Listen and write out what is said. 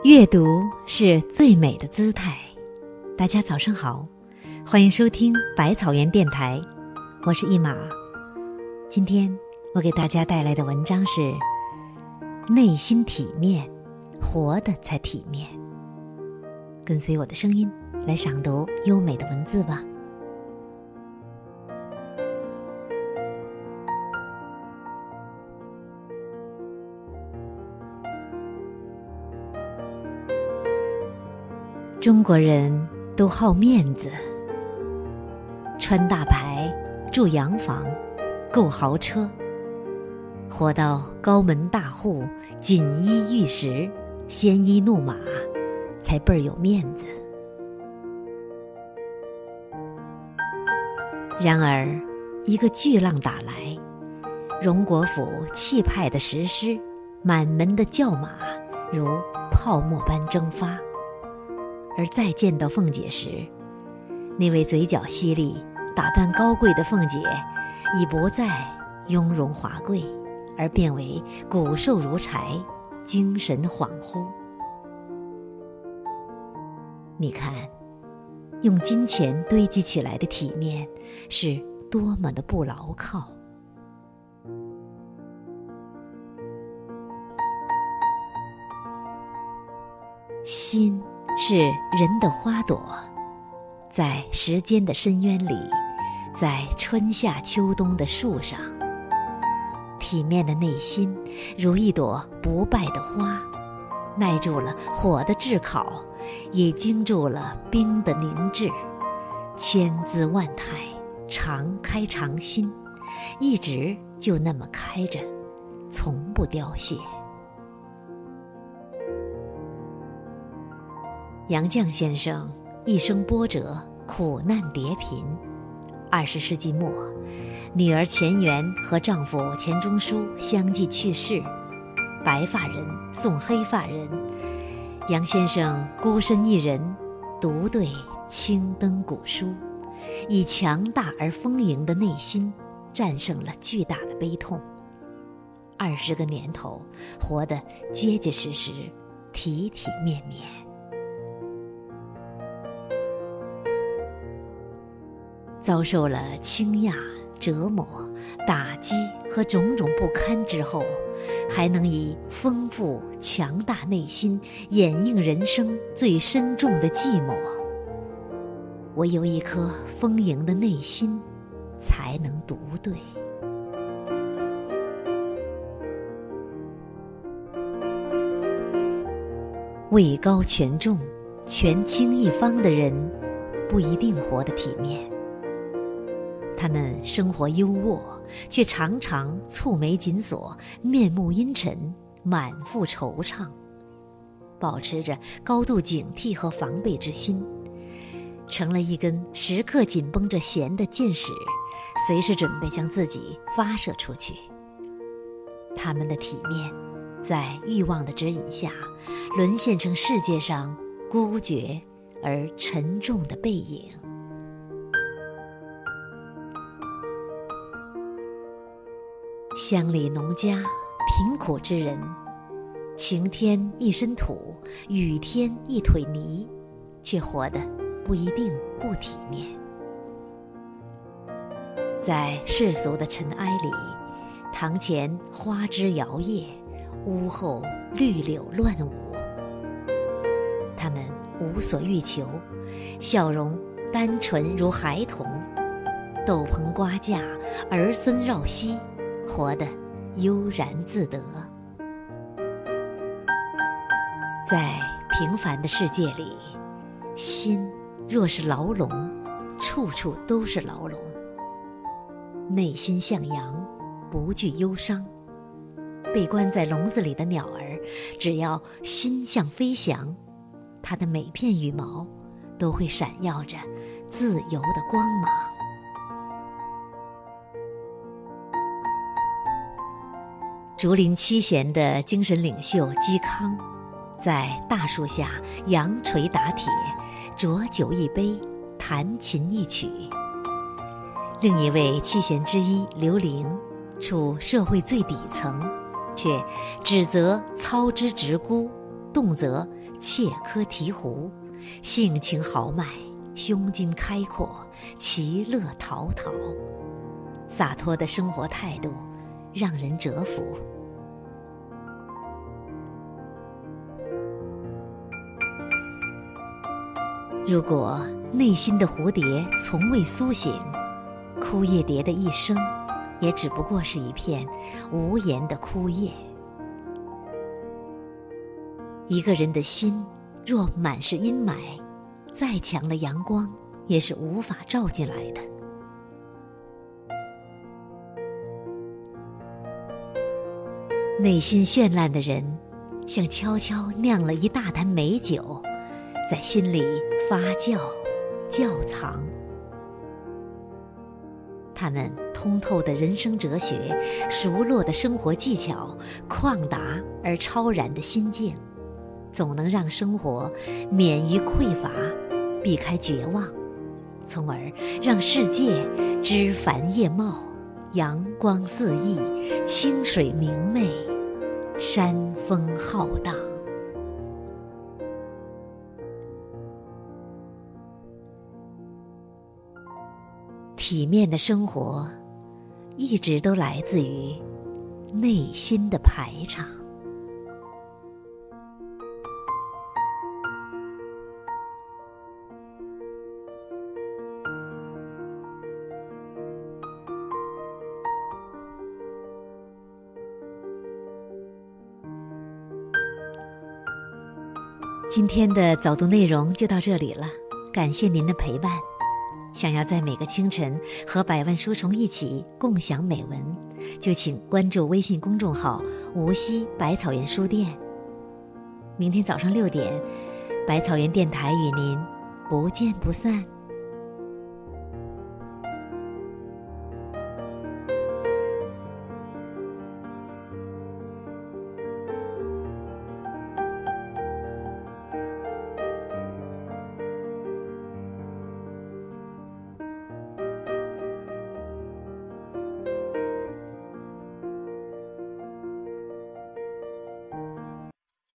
阅读是最美的姿态。大家早上好，欢迎收听百草园电台，我是一马。今天我给大家带来的文章是内心体面，活得才体面。跟随我的声音来赏读优美的文字吧。中国人都好面子，穿大牌，住洋房，购豪车，活到高门大户，锦衣玉食，鲜衣怒马，才倍儿有面子。然而一个巨浪打来，荣国府气派的石狮，满门的叫马如泡沫般蒸发。而再见到凤姐时，那位嘴角犀利、打扮高贵的凤姐已不再雍容华贵，而变为骨瘦如柴，精神恍惚。你看，用金钱堆积起来的体面是多么的不牢靠。心是人的花朵，在时间的深渊里，在春夏秋冬的树上。体面的内心如一朵不败的花，耐住了火的炙烤，也经住了冰的凝滞，千姿万态，常开常新，一直就那么开着，从不凋谢。杨绛先生一生波折，苦难迭贫。20世纪末，女儿钱媛和丈夫钱钟书相继去世，白发人送黑发人，杨先生孤身一人，独对青灯古书，以强大而丰盈的内心战胜了巨大的悲痛。20个年头，活得结结实实，体体面面。遭受了倾轧、折磨、打击和种种不堪之后，还能以丰富强大内心掩映人生最深重的寂寞。唯有一颗丰盈的内心，才能独对。位高权重、权倾一方的人，不一定活得体面。他们生活优渥，却常常蹙眉紧锁，面目阴沉，满腹惆怅，保持着高度警惕和防备之心，成了一根时刻紧绷着弦的箭矢，随时准备将自己发射出去。他们的体面，在欲望的指引下，沦陷成世界上孤绝而沉重的背影。乡里农家，贫苦之人，晴天一身土，雨天一腿泥，却活得不一定不体面。在世俗的尘埃里，堂前花枝摇曳，屋后绿柳乱舞。他们无所欲求，笑容单纯如孩童，斗篷瓜架，儿孙绕膝，活得悠然自得。在平凡的世界里，心若是牢笼，处处都是牢笼。内心向阳，不惧忧伤。被关在笼子里的鸟儿，只要心向飞翔，它的每片羽毛都会闪耀着自由的光芒。竹林七贤的精神领袖嵇康，在大树下扬锤打铁，酌酒一杯，弹琴一曲。另一位七贤之一刘伶，处社会最底层，却只责操之直沽，动则切柯提壶，性情豪迈，胸襟开阔，其乐陶陶，洒脱的生活态度让人折服。如果内心的蝴蝶从未苏醒，枯叶蝶的一生也只不过是一片无言的枯叶。一个人的心若满是阴霾，再强的阳光也是无法照进来的。内心绚烂的人，像悄悄酿了一大坛美酒，在心里发酵窖藏。他们通透的人生哲学，熟络的生活技巧，旷达而超然的心境，总能让生活免于匮乏，避开绝望，从而让世界枝繁叶茂，阳光四溢，清水明媚，山风浩荡。体面的生活一直都来自于内心的排场。今天的早读内容就到这里了，感谢您的陪伴。想要在每个清晨和百万书虫一起共享美文，就请关注微信公众号无锡百草园书店。明天早上6点，百草园电台与您不见不散。